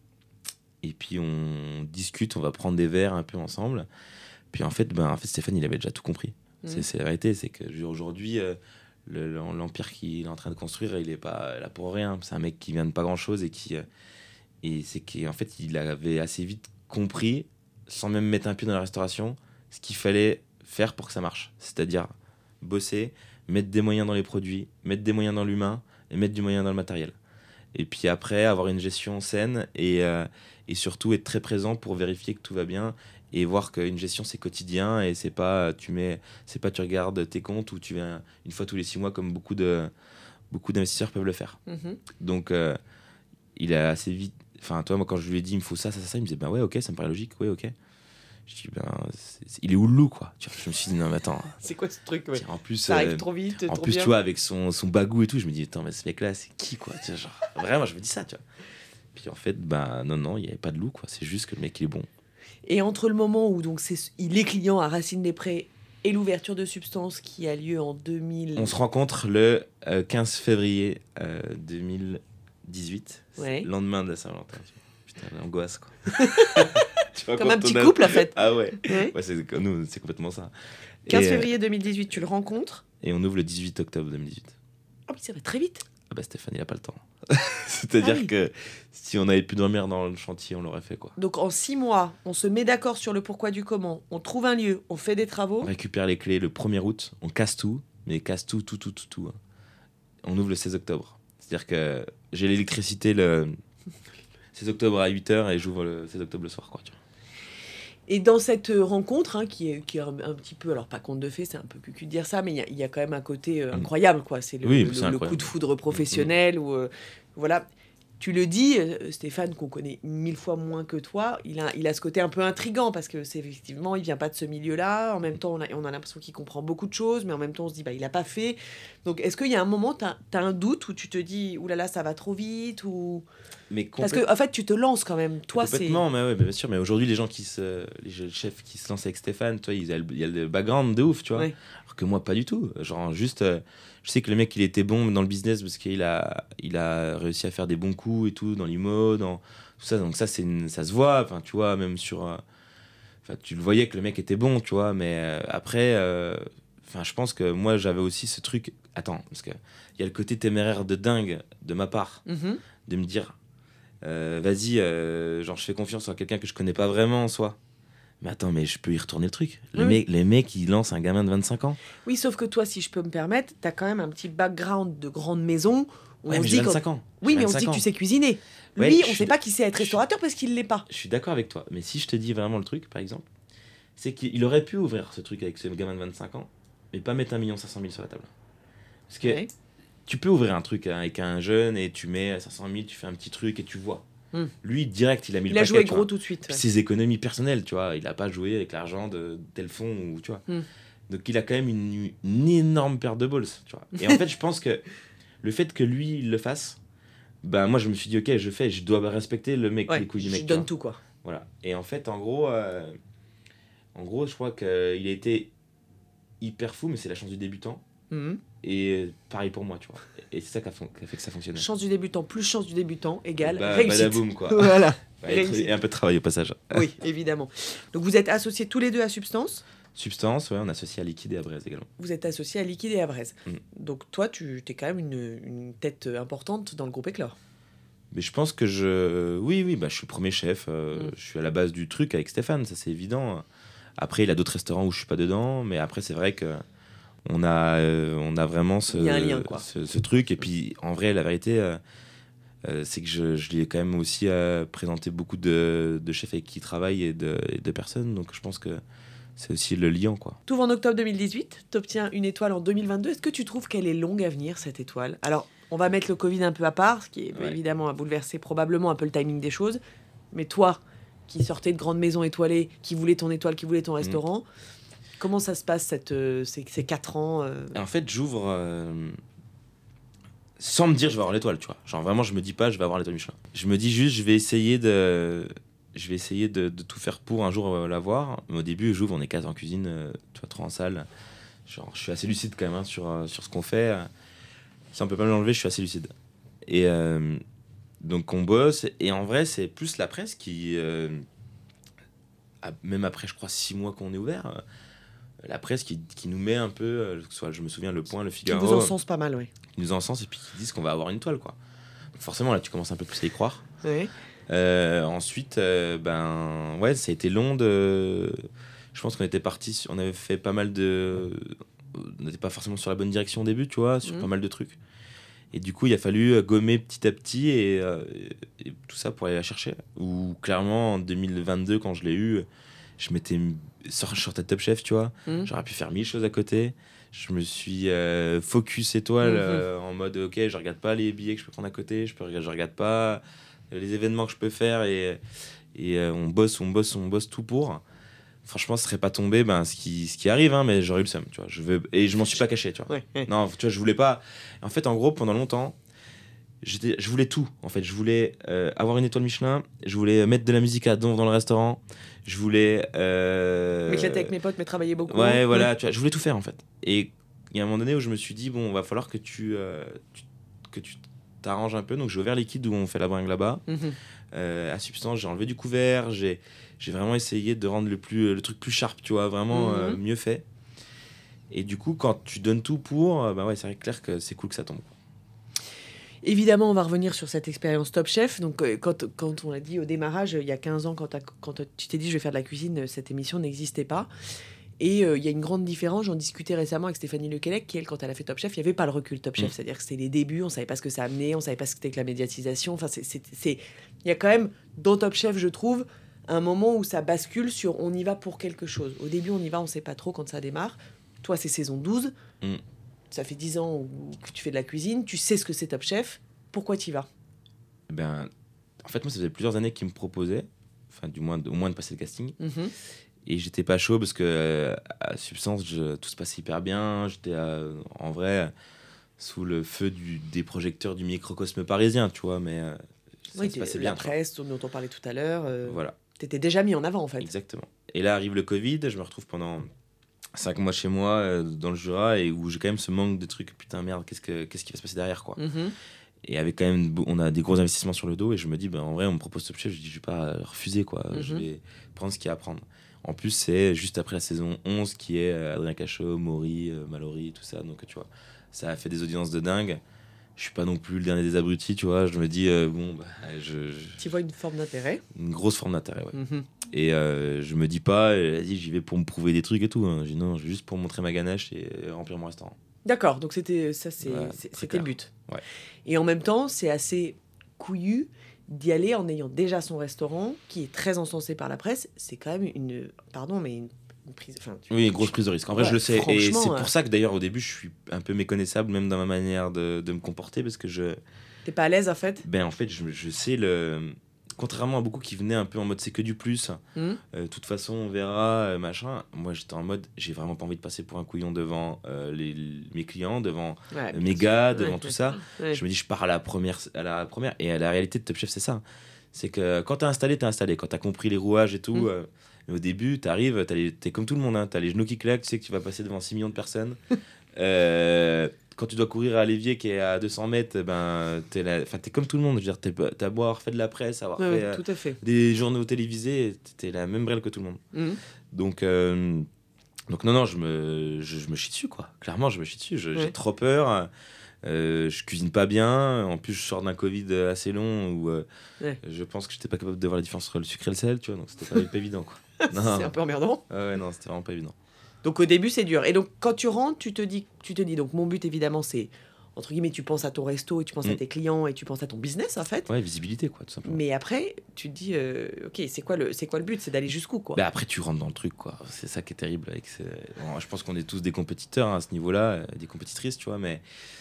Et puis on discute, on va prendre des verres un peu ensemble. Puis en fait, ben, en fait Stéphane, il avait déjà tout compris. Mmh. C'est, c'est la vérité, c'est qu'aujourd'hui, euh, le, l'empire qu'il est en train de construire, il n'est pas là pour rien. C'est un mec qui vient de pas grand-chose et qui. Euh, et c'est qu'en fait, il avait assez vite compris, sans même mettre un pied dans la restauration, ce qu'il fallait faire pour que ça marche. C'est-à-dire bosser, mettre des moyens dans les produits, mettre des moyens dans l'humain et mettre du moyen dans le matériel. Et puis après, avoir une gestion saine et, euh, et surtout être très présent pour vérifier que tout va bien et voir qu'une gestion, c'est quotidien et c'est pas tu, mets, c'est pas tu regardes tes comptes ou tu viens une fois tous les six mois comme beaucoup, de, beaucoup d'investisseurs peuvent le faire. Mm-hmm. Donc, euh, il a assez vite... Enfin, toi, moi, quand je lui ai dit, il me faut ça, ça, ça, il me disait, ben ouais, ok, ça me paraît logique, ouais, ok. Je dis, ben, c'est, c'est, il est où le loup, quoi? Tu vois, je me suis dit, non, mais attends. C'est quoi ce truc, ouais. En plus, ça arrive euh, trop vite, en trop plus, bien. tu vois, avec son, son bagou et tout, je me dis, attends, mais ce mec-là, c'est qui, quoi? Tu vois, genre, vraiment, je me dis ça, tu vois. Puis en fait, ben, non, non, il n'y avait pas de loup, quoi. C'est juste que le mec, il est bon. Et entre le moment où donc, c'est, il est client à Racine des Prés et l'ouverture de Substance qui a lieu en deux mille... On se rencontre le euh, quinze février euh, deux mille dix-huit, ouais. Lendemain de la Saint-Valentin. Putain, l'angoisse, quoi. Tu vois, comme un petit a... couple, en fait. Ah ouais, ouais. ouais c'est, nous, c'est complètement ça. quinze février deux mille dix-huit, tu le rencontres. Et on ouvre le dix-huit octobre deux mille dix-huit. Ah oui, ça va très vite. Ah bah Stéphane, il a pas le temps. C'est-à-dire ah oui. que si on avait pu dormir dans le chantier, on l'aurait fait, quoi. Donc en six mois, on se met d'accord sur le pourquoi du comment, on trouve un lieu, on fait des travaux. On récupère les clés le premier août, on casse tout, mais casse tout, tout, tout, tout, tout. On ouvre le seize octobre. C'est-à-dire que j'ai l'électricité le... seize octobre à huit heures et j'ouvre le seize octobre le soir, quoi, tu vois. Et dans cette rencontre, hein, qui est, qui est un, un petit peu, alors pas conte de fées, c'est un peu cucu de dire ça, mais il y a, y a quand même un côté euh, incroyable, quoi. C'est le, oui, le, c'est le coup de foudre professionnel, mmh. où, euh, voilà. Tu le dis, euh, Stéphane, qu'on connaît mille fois moins que toi, il a, il a ce côté un peu intriguant, parce que c'est effectivement, il vient pas de ce milieu-là. En même temps, on a, on a l'impression qu'il comprend beaucoup de choses, mais en même temps, on se dit, bah, il a pas fait. Donc, est-ce qu'il y a un moment, tu as un doute où tu te dis, oulala, là là, ça va trop vite, ou... Mais Parce que en fait, tu te lances quand même. Toi, complètement, mais ouais, bien sûr. Mais aujourd'hui, les gens qui se, les chefs qui se lancent avec Stéphane, toi, il y a le, il y a le background de ouf, tu vois. Ouais. Alors que moi, pas du tout. Genre, juste, euh, je sais que le mec, il était bon dans le business parce qu'il a, il a réussi à faire des bons coups et tout dans l'I M O, dans tout ça. Donc ça, c'est, une, ça se voit. Enfin, tu vois, même sur, enfin, euh, tu le voyais que le mec était bon, tu vois. Mais euh, après, enfin, euh, je pense que moi, j'avais aussi ce truc. Attends, parce que il y a le côté téméraire de dingue de ma part, mm-hmm. de me dire. Euh, vas-y, euh, genre je fais confiance à quelqu'un que je connais pas vraiment en soi. Mais attends, mais je peux y retourner le truc. Les, oui. mecs, les mecs, ils lancent un gamin de vingt-cinq ans. Oui, sauf que toi, si je peux me permettre, t'as quand même un petit background de grande maison. Où ouais, on mais j'ai vingt-cinq quand... ans. Oui, j'ai mais on se dit que tu sais cuisiner. Ouais, Lui, on sait pas qu'il sait être restaurateur parce qu'il l'est pas. Je suis d'accord avec toi. Mais si je te dis vraiment le truc, par exemple, c'est qu'il aurait pu ouvrir ce truc avec ce gamin de vingt-cinq ans, mais pas mettre un million cinq cent mille sur la table. Parce que ouais. tu peux ouvrir un truc avec un jeune et tu mets cinq cent mille, tu fais un petit truc et tu vois. Hum. Lui, direct, il a mis il le a paquet. Il a joué gros tout de suite. Ouais. Ses économies personnelles, tu vois. Il n'a pas joué avec l'argent de tel fonds, ou, tu vois. Hum. Donc, il a quand même une, une énorme paire de balls, tu vois. Et en fait, je pense que le fait que lui, il le fasse, ben, moi, je me suis dit, ok, je fais, je dois respecter le mec, ouais, les couilles du mec. Je donne tout, quoi. Voilà. Et en fait, en gros, euh, en gros je crois qu'il a été hyper fou, mais c'est la chance du débutant. Hum. Et pareil pour moi, tu vois. Et c'est ça qui a, fon- qui a fait que ça fonctionne. Chance du débutant plus chance du débutant égale bah, réussite. Badaboum, quoi. Voilà. Ouais, et un peu de travail au passage. Oui, évidemment. Donc vous êtes associés tous les deux à Substance. Substance, ouais, on est associé à Liquide et à Braise également. Vous êtes associés à Liquide et à Braise. Mm. Donc toi, tu es quand même une, une tête importante dans le groupe Éclore. Mais je pense que je... Oui, oui, bah, je suis le premier chef. Euh, mm. Je suis à la base du truc avec Stéphane, ça c'est évident. Après, il a d'autres restaurants où je suis pas dedans, mais après, c'est vrai que... On a, euh, on a vraiment ce, il y a un lien, quoi. ce, ce truc. Et puis, en vrai, la vérité, euh, euh, c'est que je, je lui ai quand même aussi euh, présenté beaucoup de, de chefs avec qui il travaille et de, et de personnes. Donc, je pense que c'est aussi le lien, quoi. Tu ouvres en octobre deux mille dix-huit, tu obtiens une étoile en deux mille vingt-deux. Est-ce que tu trouves qu'elle est longue à venir, cette étoile ? Alors, on va mettre le Covid un peu à part, ce qui est ouais. évidemment à bouleverser probablement un peu le timing des choses. Mais toi, qui sortais de grande maison étoilée, qui voulais ton étoile, qui voulais ton restaurant... Mmh. Comment ça se passe cette, euh, ces, ces quatre ans euh... En fait, j'ouvre euh, sans me dire je vais avoir l'étoile, tu vois. Genre vraiment, je me dis pas je vais avoir l'étoile Michelin. Je me dis juste je vais essayer de, je vais essayer de, de tout faire pour un jour euh, l'avoir. Mais au début, j'ouvre, on est quatre en cuisine, euh, tu vois, trois en salle. Genre, je suis assez lucide quand même hein, sur euh, sur ce qu'on fait. Si on peut pas me l'enlever, je suis assez lucide. Et euh, donc on bosse. Et en vrai, c'est plus la presse qui, euh, même après, je crois six mois qu'on est ouvert. Euh, la presse qui, qui nous met un peu, soit je me souviens Le Point, Le Figaro, qui vous encense pas mal, oui. Qui nous encense et puis qui disent qu'on va avoir une toile, quoi. Donc forcément là tu commences un peu plus à y croire. Oui. Euh, ensuite, euh, ben ouais, ça a été long de. Je pense qu'on était parti, on avait fait pas mal de, on n'était pas forcément sur la bonne direction au début, tu vois, sur mmh. pas mal de trucs. Et du coup, il a fallu gommer petit à petit et, euh, et, et tout ça pour aller la chercher. Ou clairement en deux mille vingt-deux, quand je l'ai eu, je m'étais sur sur Top Chef, tu vois. Mmh. J'aurais pu faire mille choses à côté. Je me suis euh, focus étoile mmh. euh, en mode ok, je regarde pas les billets que je peux prendre à côté, je peux je regarde pas les événements que je peux faire et et euh, on bosse, on bosse, on bosse tout pour. Franchement, ce serait pas tombé, ben ce qui ce qui arrive, hein, mais j'aurais eu le seum, tu vois. Je veux et je m'en suis pas caché, tu vois. Ouais, ouais. Non, tu vois, je voulais pas. En fait, en gros, pendant longtemps. J'étais, je voulais tout, en fait. Je voulais euh, avoir une étoile Michelin, je voulais mettre de la musique à donf dans le restaurant, je voulais... Euh... m'éclater avec mes potes, mais travailler beaucoup. Ouais, voilà, ouais. Tu vois, je voulais tout faire, en fait. Et il y a un moment donné où je me suis dit, bon, il va falloir que tu, euh, tu, que tu t'arranges un peu. Donc, j'ai ouvert Liquide où on fait la bringue là-bas. Mm-hmm. Euh, à Substance, j'ai enlevé du couvert, j'ai, j'ai vraiment essayé de rendre le, plus, le truc plus sharp, tu vois, vraiment mm-hmm. euh, mieux fait. Et du coup, quand tu donnes tout pour, bah ouais, c'est clair que c'est cool que ça tombe. Évidemment, on va revenir sur cette expérience Top Chef. Donc, euh, quand, quand on l'a dit au démarrage, il y a quinze ans, quand, quand tu t'es dit « je vais faire de la cuisine », cette émission n'existait pas. Et il euh, y a une grande différence, j'en discutais récemment avec Stéphanie Lequelec, qui elle, quand elle a fait Top Chef, il n'y avait pas le recul Top Chef, mmh. c'est-à-dire que c'était les débuts, on ne savait pas ce que ça amenait, on ne savait pas ce que c'était que la médiatisation, enfin, c'est, c'est, c'est... il y a quand même, dans Top Chef, je trouve, un moment où ça bascule sur on y va pour quelque chose. Au début, on y va, on ne sait pas trop quand ça démarre. Toi, c'est saison douze, mmh. ça fait dix ans que tu fais de la cuisine, tu sais ce que c'est Top Chef, pourquoi tu y vas ? Ben, en fait, moi, ça faisait plusieurs années qu'ils me proposaient, enfin, du moins, au moins de passer le casting. Mmh. Et j'étais pas chaud parce que euh, à Substance, je, tout se passait hyper bien. J'étais euh, en vrai sous le feu du, des projecteurs du microcosme parisien, tu vois. Mais euh, ça oui, se passait la bien. La presse dont on parlait tout à l'heure. Euh, voilà. T'étais déjà mis en avant, en fait. Exactement. Et là arrive le Covid. Je me retrouve pendant cinq mois chez moi, euh, dans le Jura, et où j'ai quand même ce manque de trucs. Putain, merde, qu'est-ce, que, qu'est-ce qui va se passer derrière, quoi. Mm-hmm. Et avec quand même, on a des gros investissements sur le dos. Et je me dis, ben, en vrai, on me propose Top Chef. Je dis, je vais pas refuser, quoi. Mm-hmm. Je vais prendre ce qu'il y a à prendre. En plus, c'est juste après la saison onze qui est euh, Adrien Cachot, Maury, euh, Mallory, tout ça. Donc, tu vois, ça a fait des audiences de dingue. Je suis pas non plus le dernier des abrutis, tu vois. Je me dis, euh, bon, bah, je, je... Tu vois une forme d'intérêt ? Une grosse forme d'intérêt, ouais. Mm-hmm. Et euh, je me dis pas, vas-y, j'y vais pour me prouver des trucs et tout. Hein. Je dis non, juste pour montrer ma ganache et remplir mon restaurant. D'accord, donc c'était, ça, c'est, ouais, c'est, c'était clair. Le but. Ouais. Et en même temps, c'est assez couillu d'y aller en ayant déjà son restaurant qui est très encensé par la presse. C'est quand même une pardon mais une, une prise enfin tu, oui une grosse tu, prise de risque en vrai ouais, je le sais et c'est euh... pour ça que d'ailleurs au début je suis un peu méconnaissable même dans ma manière de, de me comporter parce que je t'es pas à l'aise en fait ben en fait je, je sais le contrairement à beaucoup qui venaient un peu en mode c'est que du plus de mmh. euh, toute façon on verra euh, machin moi j'étais en mode j'ai vraiment pas envie de passer pour un couillon devant euh, les, mes clients devant ouais, euh, mes gars devant ouais, tout ouais, ça ouais. Je me dis je pars à la première à la première et la réalité de Top Chef c'est ça c'est que quand t'es installé t'es installé quand t'as compris les rouages et tout mmh. euh, au début t'arrives t'as les, t'es comme tout le monde hein, t'as les genoux qui claquent tu sais que tu vas passer devant six millions de personnes euh, quand tu dois courir à l'évier qui est à deux cents mètres, ben, t'es, la... enfin, t'es comme tout le monde. Je veux dire, t'es... t'as beau avoir fait de la presse, avoir ouais, fait, ouais, tout à fait. Euh, des journaux télévisés, t'es la même brêle que tout le monde. Mmh. Donc, euh... Donc, non, non, je me... Je, je me chie dessus, quoi. Clairement, je me chie dessus. Je... Ouais. J'ai trop peur. Euh, je cuisine pas bien. En plus, je sors d'un Covid assez long où euh, ouais. je pense que j'étais pas capable de voir la différence entre le sucre et le sel, tu vois. Donc, c'était pas, pas évident, quoi. Non, c'est un peu emmerdant. Ah ouais, non, c'était vraiment pas évident. Donc au début c'est dur. Et donc quand tu rentres, tu te dis, tu te dis donc mon but évidemment c'est entre guillemets tu penses à ton resto et tu penses mmh. à tes clients et tu penses à ton business en fait. Ouais, visibilité quoi tout simplement. Mais après tu te dis euh, ok c'est quoi le c'est quoi le but c'est d'aller jusqu'où quoi. Bah après tu rentres dans le truc quoi. C'est ça qui est terrible avec. Ces... Bon, je pense qu'on est tous des compétiteurs hein, à ce niveau-là, des compétitrices tu vois mais.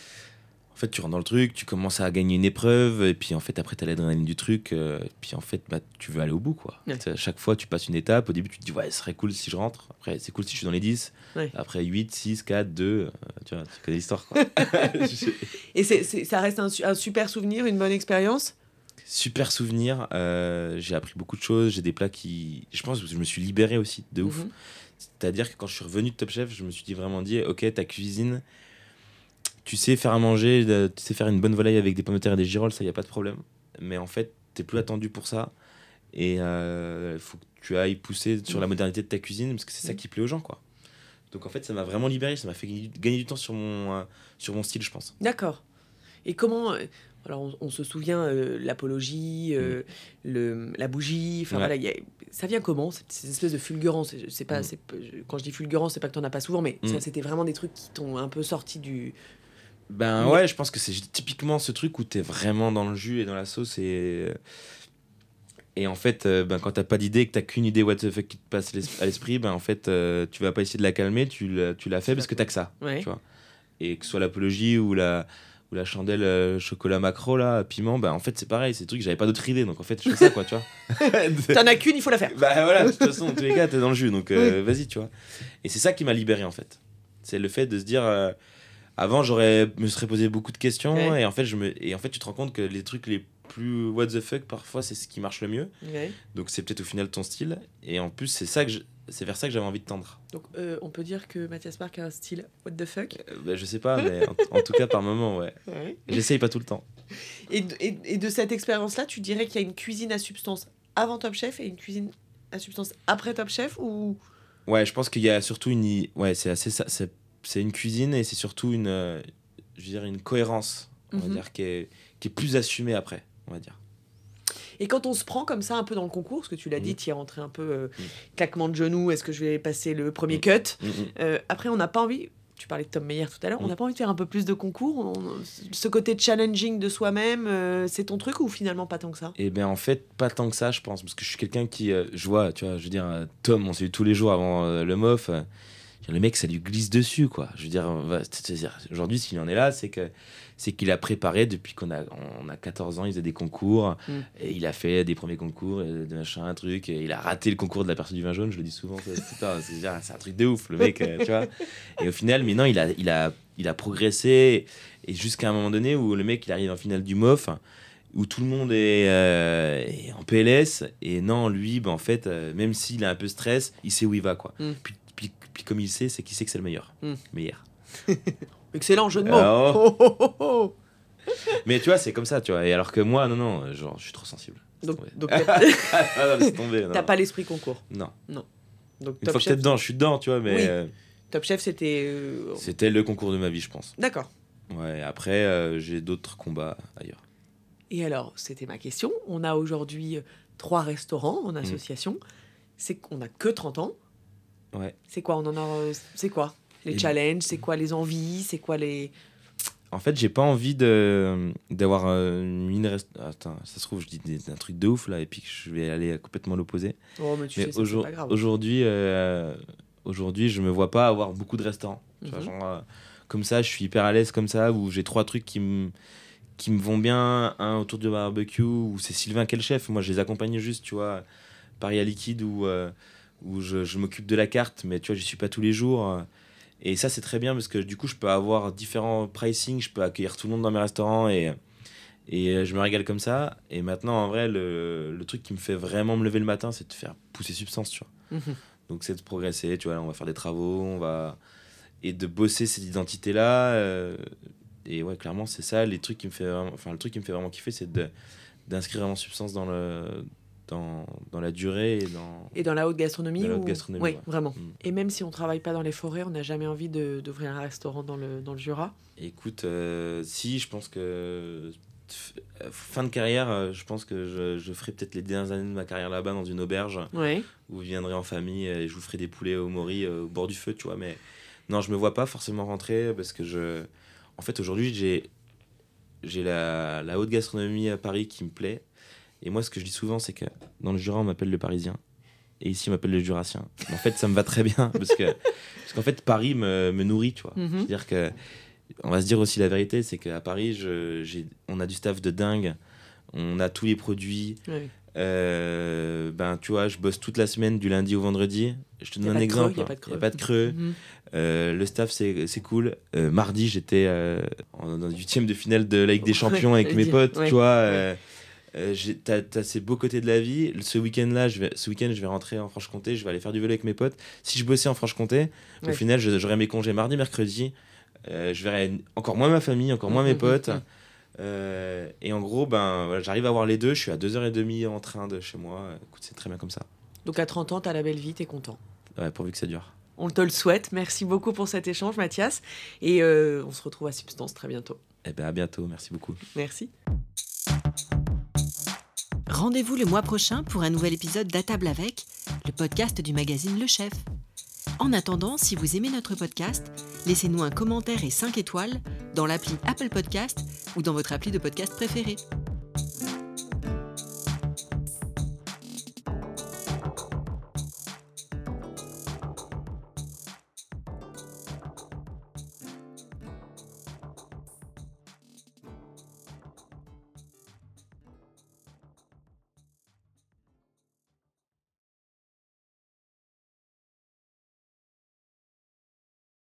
En fait, tu rentres dans le truc, tu commences à gagner une épreuve, et puis en fait, après, t'as l'adrénaline du truc, euh, et puis en fait, bah, tu veux aller au bout, quoi. Ouais. À chaque fois, tu passes une étape. Au début, tu te dis, ouais, ce serait cool si je rentre. Après, c'est cool si je suis dans les dix. Ouais. Après, huit, six, quatre, deux, euh, tu vois, tu connais l'histoire, quoi. Et c'est, c'est, ça reste un, un super souvenir, une bonne expérience ? Super souvenir. Euh, j'ai appris beaucoup de choses. J'ai des plats qui. Je pense que je me suis libéré aussi, de ouf. Mm-hmm. C'est-à-dire que quand je suis revenu de Top Chef, je me suis dit vraiment dit, ok, ta cuisine. Tu sais faire à manger, tu sais faire une bonne volaille avec des pommes de terre et des girolles, ça, y a pas de problème. Mais en fait, t'es plus attendu pour ça. Et il euh, faut que tu ailles pousser sur la modernité de ta cuisine, parce que c'est ça qui plaît aux gens, quoi. Donc en fait, ça m'a vraiment libéré, ça m'a fait gagner du temps sur mon, euh, sur mon style, je pense. D'accord. Et comment... Alors, on, on se souvient, euh, l'apologie, euh, mmh. le, la bougie, enfin ouais. voilà, y a, ça vient comment, cette, cette espèce de fulgurance c'est, c'est pas, mmh. c'est, quand je dis fulgurance, c'est pas que t'en as pas souvent, mais mmh. ça, c'était vraiment des trucs qui t'ont un peu sorti du... Ben ouais, je pense que c'est typiquement ce truc où t'es vraiment dans le jus et dans la sauce et... Et en fait, euh, ben, quand t'as pas d'idée, que t'as qu'une idée what the fuck qui te passe à l'esprit, ben en fait, euh, tu vas pas essayer de la calmer, tu l'as, tu l'as fait parce que t'as que ça, ouais. tu vois. Et que ce soit l'apologie ou la, ou la chandelle euh, chocolat macro, là, piment, ben en fait, c'est pareil, c'est des trucs, j'avais pas d'autre idée, donc en fait, je fais ça, quoi, tu vois. T'en as qu'une, il faut la faire. Bah voilà, de toute façon, dans tous les cas, t'es dans le jus, donc euh, oui. vas-y, tu vois. Et c'est ça qui m'a libéré, en fait. C'est le fait de se dire... Euh, avant, j'aurais me serais posé beaucoup de questions ouais. et en fait, je me et en fait, tu te rends compte que les trucs les plus what the fuck parfois c'est ce qui marche le mieux. Ouais. Donc c'est peut-être au final ton style et en plus c'est ça que je, c'est vers ça que j'avais envie de tendre. Donc euh, on peut dire que Mathias Marc a un style what the fuck. Euh, bah, je sais pas mais en, en tout cas par moment ouais. ouais. J'essaye pas tout le temps. Et de, et, et de cette expérience-là, tu dirais qu'il y a une cuisine à substance avant Top Chef et une cuisine à substance après Top Chef ou? Ouais, je pense qu'il y a surtout une ouais c'est assez ça c'est c'est une cuisine et c'est surtout une, euh, je veux dire une cohérence, on mm-hmm. va dire, qui est, qui est plus assumée après, on va dire. Et quand on se prend comme ça un peu dans le concours, parce que tu l'as Mmh. dit, tu y es rentré un peu euh, Mmh. claquement de genoux, est-ce que je vais passer le premier Mmh. cut Mmh, mmh. Euh, Après, on n'a pas envie, tu parlais de Tom Meyer tout à l'heure, on Mmh. n'a pas envie de faire un peu plus de concours on- Ce côté challenging de soi-même, euh, c'est ton truc ou finalement pas tant que ça? Et bien en fait, pas tant que ça, je pense, parce que je suis quelqu'un qui, euh, je vois, tu vois, je veux dire, euh, Tom, on s'est vu tous les jours avant euh, le M O F, euh, le mec, ça lui glisse dessus, quoi. Je veux dire, on va- c'est-à-dire, aujourd'hui, s'il en est là, c'est que c'est qu'il a préparé depuis qu'on a, on a quatorze ans, il faisait des concours, Mm. et il a fait des premiers concours, et des machins, un truc, et il a raté le concours de la personne du vin jaune, je le dis souvent, c'est, putain, c'est, c'est un truc de ouf, le mec, euh, tu vois. Et au final, mais non, il a, il a, il a progressé, et jusqu'à un moment donné où le mec, il arrive en finale du M O F, où tout le monde est, euh, est en P L S, et non, lui, ben, en fait, euh, même s'il a un peu stress, il sait où il va, quoi. Mm. Puis, puis, puis comme il sait, c'est qu'il sait que c'est le meilleur. Mm. Meilleur. Excellent jeu de mots. Ah, Oh, oh, oh, oh. Mais tu vois, c'est comme ça, tu vois. Et alors que moi, non, non, genre, je suis trop sensible. Laisse Donc, tomber. donc t'as, Ah non, laisse tomber, non. t'as pas l'esprit concours. Non. Donc Une Top fois que t'es Chef, dedans, je suis dedans, tu vois, mais Oui. euh, Top Chef, c'était. euh, c'était le concours de ma vie, je pense. D'accord. Ouais, après, euh, j'ai d'autres combats ailleurs. Et alors, c'était ma question. On a aujourd'hui euh, trois restaurants Mm. en association. C'est qu'on a que trente ans. Ouais. C'est quoi on en a, euh, C'est quoi les Et- challenges? C'est quoi les envies? C'est quoi les. En fait, j'ai pas envie de, d'avoir euh, une rest... Attends, ça se trouve, je dis des- un truc de ouf là, et puis que je vais aller complètement l'opposé. Oh, mais tu Mais sais, ça, aujourd- c'est pas grave. aujourd'hui, euh, aujourd'hui, je me vois pas avoir beaucoup de restaurants. Tu vois, Mhm. genre, euh, comme ça, je suis hyper à l'aise comme ça, où j'ai trois trucs qui me qui me vont bien. Un autour du barbecue, où c'est Sylvain qui est le chef. Moi, je les accompagne juste, tu vois. Paris à liquide, où, euh, où je, je m'occupe de la carte, mais tu vois, j'y suis pas tous les jours. Et ça, c'est très bien parce que du coup, je peux avoir différents pricing, je peux accueillir tout le monde dans mes restaurants et, et je me régale comme ça. Et maintenant, en vrai, le, le truc qui me fait vraiment me lever le matin, c'est de faire pousser Substance, tu vois. Mhm. Donc, c'est de progresser, tu vois. On va faire des travaux, on va. Et de bosser cette identité-là. euh, Et ouais, clairement, c'est ça. Les trucs qui me fait vraiment... Enfin, le truc qui me fait vraiment kiffer, c'est de... d'inscrire vraiment Substance dans, le... dans... dans la durée et dans. Et dans la haute gastronomie Dans la ou- haute gastronomie, Oui, ouais. vraiment. Mm. Et même si on travaille pas dans les forêts, on n'a jamais envie de, d'ouvrir un restaurant dans le, dans le Jura. Écoute, euh, si, je pense que f- fin de carrière, euh, je pense que je, je ferai peut-être les dernières années de ma carrière là-bas dans une auberge Ouais. où je viendrai en famille et je vous ferai des poulets au mori euh, au bord du feu, tu vois. Mais non, je me vois pas forcément rentrer parce que je. En fait, aujourd'hui, j'ai, j'ai la, la haute gastronomie à Paris qui me plaît. Et moi, ce que je dis souvent, c'est que dans le Jura, on m'appelle le Parisien. Et ici, on m'appelle le Jurassien. En fait, ça me va très bien parce que parce qu'en fait, Paris me, me nourrit, tu vois. Mhm. C'est-à-dire que on va se dire aussi la vérité, c'est qu'à Paris, je, j'ai, on a du staff de dingue, on a tous les produits. Ouais. Euh, ben, tu vois, je bosse toute la semaine du lundi au vendredi. Je te Y a donne pas un de creux, exemple. y a pas de creux. Y a pas de creux. Mhm. Euh, le staff, c'est, c'est cool. Euh, mardi, j'étais euh, en- dans le huitième de finale de la Ligue des Champions Ouais, avec j'allais mes dire, potes, ouais, tu vois. ouais. euh, euh, j'ai, t'as, t'as ces beaux côtés de la vie. Ce week-end-là, je vais, ce week-end, je vais rentrer en Franche-Comté, je vais aller faire du vélo avec mes potes. Si je bossais en Franche-Comté, Ouais. au final, je- j'aurais mes congés mardi, mercredi. Euh, je verrais encore moins ma famille, encore moins Mhm, mes potes. mhm. Euh, et en gros, ben, voilà, j'arrive à avoir les deux. Je suis à deux heures trente en train de chez moi. Écoute, c'est très bien comme ça. Donc à trente ans, t'as la belle vie, t'es content. Ouais, pourvu que ça dure. On te le souhaite. Merci beaucoup pour cet échange, Mathias. Et euh, on se retrouve à Substance très bientôt. Eh ben, à bientôt. Merci beaucoup. Merci. Rendez-vous le mois prochain pour un nouvel épisode d'À table avec, le podcast du magazine Le Chef. En attendant, si vous aimez notre podcast, laissez-nous un commentaire et cinq étoiles dans l'appli Apple Podcast ou dans votre appli de podcast préférée.